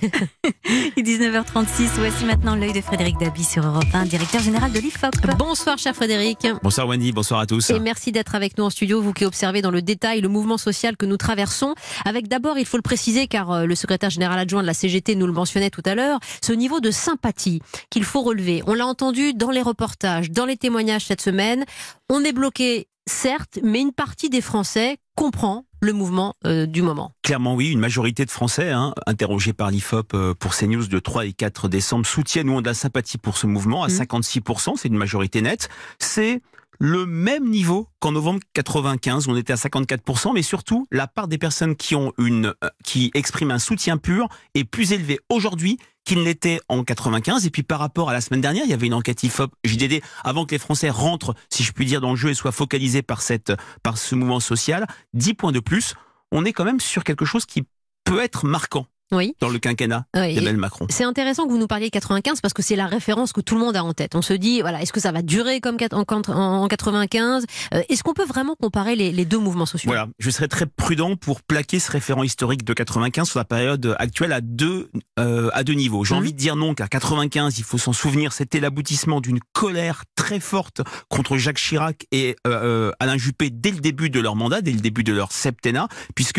Il est 19h36, voici maintenant l'œil de Frédéric Dabi sur Europe 1, directeur général de l'IFOP. Bonsoir cher Frédéric. Bonsoir Wendy, bonsoir à tous. Et merci d'être avec nous en studio, vous qui observez dans le détail le mouvement social que nous traversons. Avec d'abord, il faut le préciser, car le secrétaire général adjoint de la CGT nous le mentionnait tout à l'heure, ce niveau de sympathie qu'il faut relever. On l'a entendu dans les reportages, dans les témoignages cette semaine. On est bloqué, certes, mais une partie des Français comprend le mouvement du moment. Clairement oui, une majorité de Français interrogés par l'IFOP pour CNews de 3 et 4 décembre soutiennent ou ont de la sympathie pour ce mouvement à 56%, c'est une majorité nette. C'est le même niveau qu'en novembre 95, on était à 54%, mais surtout la part des personnes qui expriment un soutien pur est plus élevée aujourd'hui qu'il ne l'était en 95. Et puis par rapport à la semaine dernière, il y avait une enquête IFOP JDD avant que les Français rentrent, si je puis dire, dans le jeu et soient focalisés par ce mouvement social. 10 points de plus. On est quand même sur quelque chose qui peut être marquant. Oui. Dans le quinquennat d'Emmanuel Macron. C'est intéressant que vous nous parliez de 95 parce que c'est la référence que tout le monde a en tête. On se dit, voilà, est-ce que ça va durer comme en 95 ? Est-ce qu'on peut vraiment comparer les deux mouvements sociaux ? Voilà, je serais très prudent pour plaquer ce référent historique de 95 sur la période actuelle à deux niveaux. J'ai envie de dire non, car 95, il faut s'en souvenir, c'était l'aboutissement d'une colère très forte contre Jacques Chirac et Alain Juppé dès le début de leur mandat, dès le début de leur septennat, puisque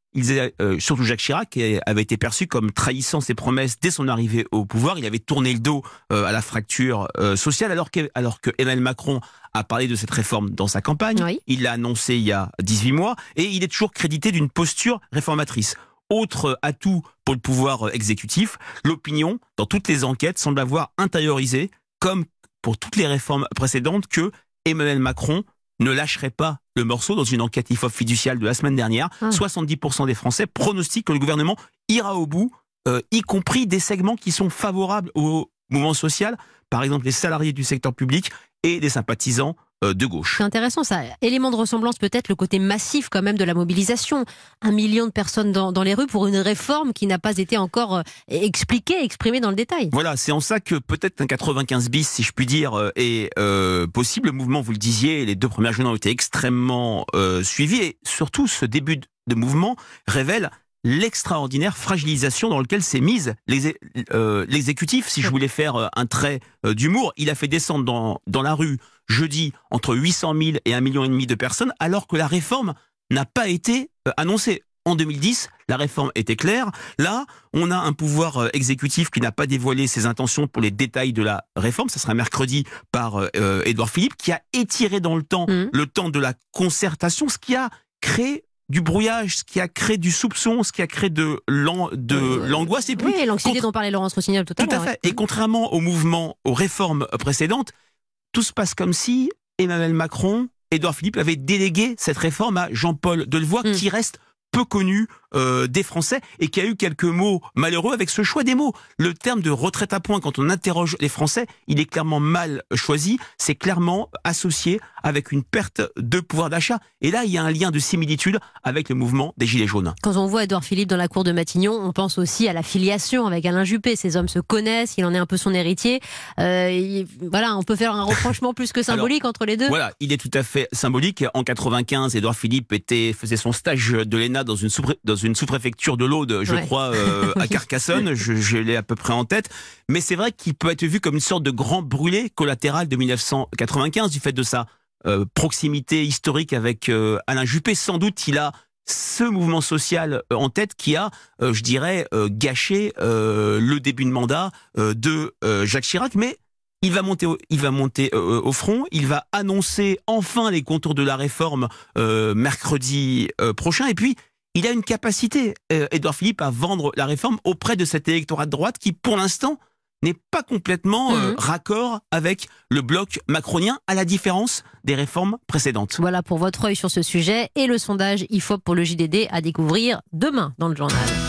surtout Jacques Chirac avait été perçu comme trahissant ses promesses dès son arrivée au pouvoir. Il avait tourné le dos à la fracture sociale, alors que Emmanuel Macron a parlé de cette réforme dans sa campagne. Oui. Il l'a annoncé il y a 18 mois et il est toujours crédité d'une posture réformatrice. Autre atout pour le pouvoir exécutif, l'opinion, dans toutes les enquêtes, semble avoir intériorisé, comme pour toutes les réformes précédentes, que Emmanuel Macron ne lâcherait pas le morceau. Dans une enquête IFOP fiduciale de la semaine dernière, 70% des Français pronostiquent que le gouvernement ira au bout, y compris des segments qui sont favorables au mouvement social, par exemple les salariés du secteur public et des sympathisants de gauche. C'est intéressant ça. Élément de ressemblance peut-être, le côté massif quand même de la mobilisation. 1 million de personnes dans les rues pour une réforme qui n'a pas été encore exprimée dans le détail. Voilà, c'est en ça que peut-être un 95 bis, si je puis dire, est possible. Le mouvement, vous le disiez, les 2 premières journées ont été extrêmement suivies et surtout ce début de mouvement révèle l'extraordinaire fragilisation dans laquelle s'est mise l'exécutif. Si je voulais faire un trait d'humour, il a fait descendre dans la rue jeudi entre 800 000 et 1,5 million de personnes, alors que la réforme n'a pas été annoncée. En 2010, la réforme était claire. Là, on a un pouvoir exécutif qui n'a pas dévoilé ses intentions pour les détails de la réforme. Ça sera mercredi par Édouard Philippe, qui a étiré dans le temps le temps de la concertation, ce qui a créé du brouillage, ce qui a créé du soupçon, ce qui a créé de l'angoisse. Et puis, oui, l'anxiété dont parlait Laurence Rossignol tout à l'heure. Tout à fait. Et contrairement aux réformes précédentes, tout se passe comme si Emmanuel Macron, Édouard Philippe avait délégué cette réforme à Jean-Paul Delevoye, qui reste peu connu des Français et qui a eu quelques mots malheureux avec ce choix des mots. Le terme de retraite à points, quand on interroge les Français, il est clairement mal choisi. C'est clairement associé avec une perte de pouvoir d'achat. Et là, il y a un lien de similitude avec le mouvement des Gilets jaunes. Quand on voit Édouard Philippe dans la cour de Matignon, on pense aussi à la filiation avec Alain Juppé. Ces hommes se connaissent, il en est un peu son héritier. Voilà, on peut faire un rapprochement plus que symbolique entre les deux. Voilà, il est tout à fait symbolique. En 95, Édouard Philippe faisait son stage de l'ENA dans une sous-préfecture de l'Aude, je crois, à Carcassonne. Je l'ai à peu près en tête. Mais c'est vrai qu'il peut être vu comme une sorte de grand brûlé collatéral de 1995 du fait de sa proximité historique avec Alain Juppé. Sans doute, il a ce mouvement social en tête qui a, je dirais, gâché le début de mandat de Jacques Chirac. Mais il va monter au front. Il va annoncer enfin les contours de la réforme mercredi prochain. Et puis, il a une capacité, Édouard Philippe, à vendre la réforme auprès de cet électorat de droite qui, pour l'instant, n'est pas complètement raccord avec le bloc macronien, à la différence des réformes précédentes. Voilà pour votre œil sur ce sujet et le sondage IFOP pour le JDD à découvrir demain dans le journal.